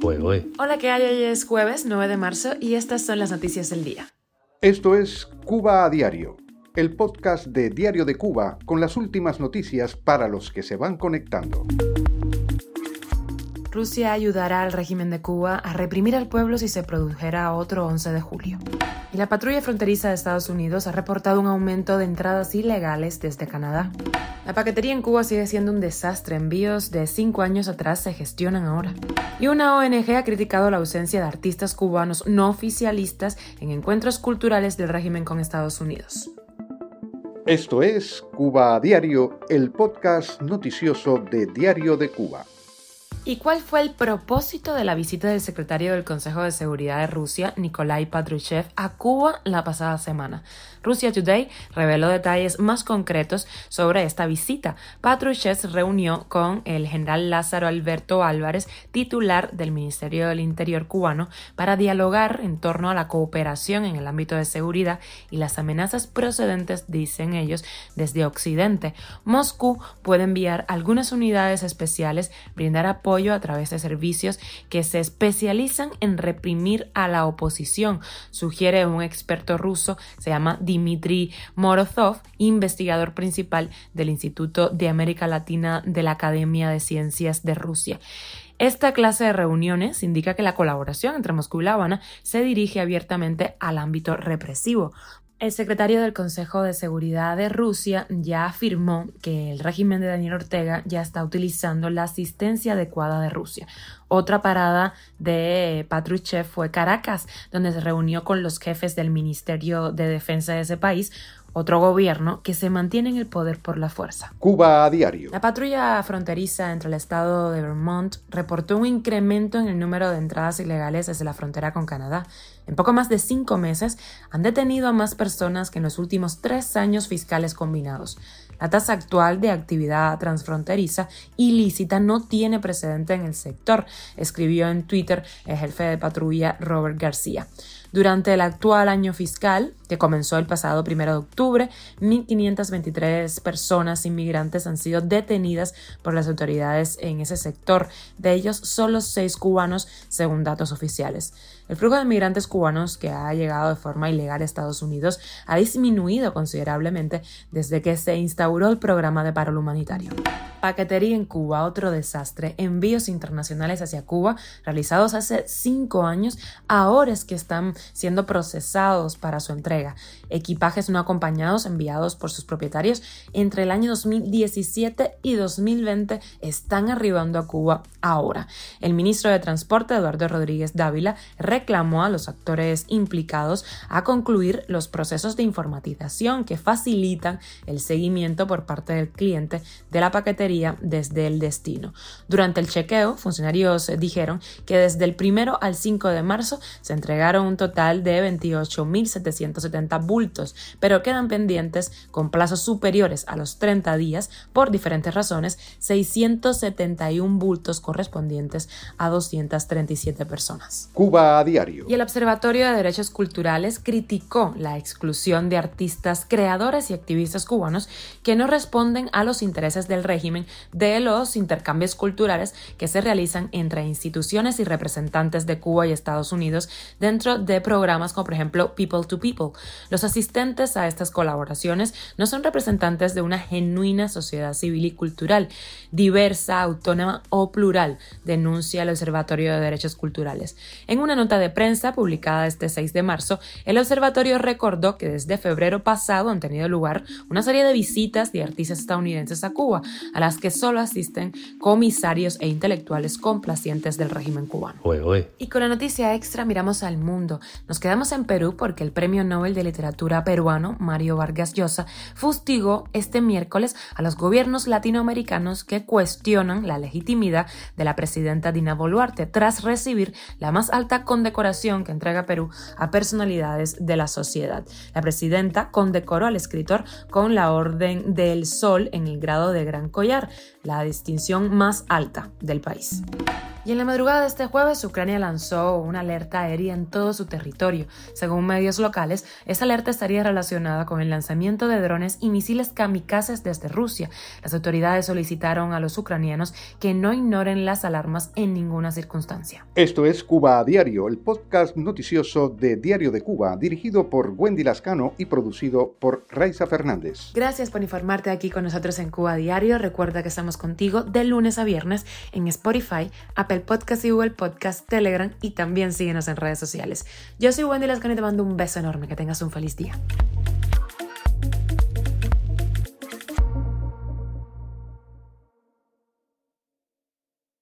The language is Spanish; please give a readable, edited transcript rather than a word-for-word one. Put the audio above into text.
Hola, ¿qué hay? Hoy es jueves 9 de marzo y estas son las noticias del día. Esto es Cuba a Diario, el podcast de Diario de Cuba con las últimas noticias para los que se van conectando. Rusia ayudará al régimen de Cuba a reprimir al pueblo si se produjera otro 11 de julio. Y la patrulla fronteriza de Estados Unidos ha reportado un aumento de entradas ilegales desde Canadá. La paquetería en Cuba sigue siendo un desastre. Envíos de 5 años atrás se gestionan ahora. Y una ONG ha criticado la ausencia de artistas cubanos no oficialistas en encuentros culturales del régimen con Estados Unidos. Esto es Cuba a Diario, el podcast noticioso de Diario de Cuba. ¿Y cuál fue el propósito de la visita del secretario del Consejo de Seguridad de Rusia, Nikolai Patrushev, a Cuba la pasada semana? Russia Today reveló detalles más concretos sobre esta visita. Patrushev se reunió con el general Lázaro Alberto Álvarez, titular del Ministerio del Interior cubano, para dialogar en torno a la cooperación en el ámbito de seguridad y las amenazas procedentes, dicen ellos, desde Occidente. Moscú puede enviar algunas unidades especiales, brindar apoyo a través de servicios que se especializan en reprimir a la oposición, sugiere un experto ruso, se llama Dmitry Morozov, investigador principal del Instituto de América Latina de la Academia de Ciencias de Rusia. Esta clase de reuniones indica que la colaboración entre Moscú y La Habana se dirige abiertamente al ámbito represivo. El secretario del Consejo de Seguridad de Rusia ya afirmó que el régimen de Daniel Ortega ya está utilizando la asistencia adecuada de Rusia. Otra parada de Patrushev fue Caracas, donde se reunió con los jefes del Ministerio de Defensa de ese país, otro gobierno que se mantiene en el poder por la fuerza. Cuba a Diario. La patrulla fronteriza entre el estado de Vermont reportó un incremento en el número de entradas ilegales desde la frontera con Canadá. En poco más de 5 meses han detenido a más personas que en los últimos 3 años fiscales combinados. La tasa actual de actividad transfronteriza ilícita no tiene precedente en el sector, escribió en Twitter el jefe de patrulla Robert García. Durante el actual año fiscal, que comenzó el pasado 1 de octubre, 1.523 personas inmigrantes han sido detenidas por las autoridades en ese sector. De ellos, solo 6 cubanos, según datos oficiales. El flujo de migrantes cubanos que ha llegado de forma ilegal a Estados Unidos ha disminuido considerablemente desde que se instauró el programa de paro humanitario. Paquetería en Cuba, otro desastre. Envíos internacionales hacia Cuba realizados hace 5 años, ahora es que están siendo procesados para su entrega. Equipajes no acompañados enviados por sus propietarios entre el año 2017 y 2020 están arribando a Cuba ahora. El ministro de Transporte, Eduardo Rodríguez Dávila, reclamó a los actores implicados a concluir los procesos de informatización que facilitan el seguimiento por parte del cliente de la paquetería desde el destino. Durante el chequeo, funcionarios dijeron que desde el 1 al 5 de marzo se entregaron un total de 28.770 bultos, pero quedan pendientes con plazos superiores a los 30 días por diferentes razones 671 bultos correspondientes a 237 personas. Cuba a Diario. Y el Observatorio de Derechos Culturales criticó la exclusión de artistas, creadores y activistas cubanos que no responden a los intereses del régimen de los intercambios culturales que se realizan entre instituciones y representantes de Cuba y Estados Unidos dentro de programas como por ejemplo People to People. Los asistentes a estas colaboraciones no son representantes de una genuina sociedad civil y cultural, diversa, autónoma o plural, denuncia el Observatorio de Derechos Culturales. En una nota de prensa publicada este 6 de marzo, el observatorio recordó que desde febrero pasado han tenido lugar una serie de visitas de artistas estadounidenses a Cuba, a las que solo asisten comisarios e intelectuales complacientes del régimen cubano. Y con la noticia extra miramos al mundo. Nos quedamos en Perú porque el Premio Nobel de Literatura peruano, Mario Vargas Llosa, fustigó este miércoles a los gobiernos latinoamericanos que cuestionan la legitimidad de la presidenta Dina Boluarte tras recibir la más alta condecoración que entrega Perú a personalidades de la sociedad. La presidenta condecoró al escritor con la Orden del Sol en el grado de Gran Collar, la distinción más alta del país. Y en la madrugada de este jueves, Ucrania lanzó una alerta aérea en todo su territorio. Según medios locales, esta alerta estaría relacionada con el lanzamiento de drones y misiles kamikazes desde Rusia. Las autoridades solicitaron a los ucranianos que no ignoren las alarmas en ninguna circunstancia. Esto es Cuba a Diario, el podcast noticioso de Diario de Cuba, dirigido por Wendy Lascano y producido por Raiza Fernández. Gracias por informarte aquí con nosotros en Cuba a Diario. Recuerda que estamos contigo de lunes a viernes en Spotify, Apple Podcast y Google Podcast, Telegram y también síguenos en redes sociales. Yo soy Wendy Lascano y te mando un beso enorme. Que tengas un feliz día.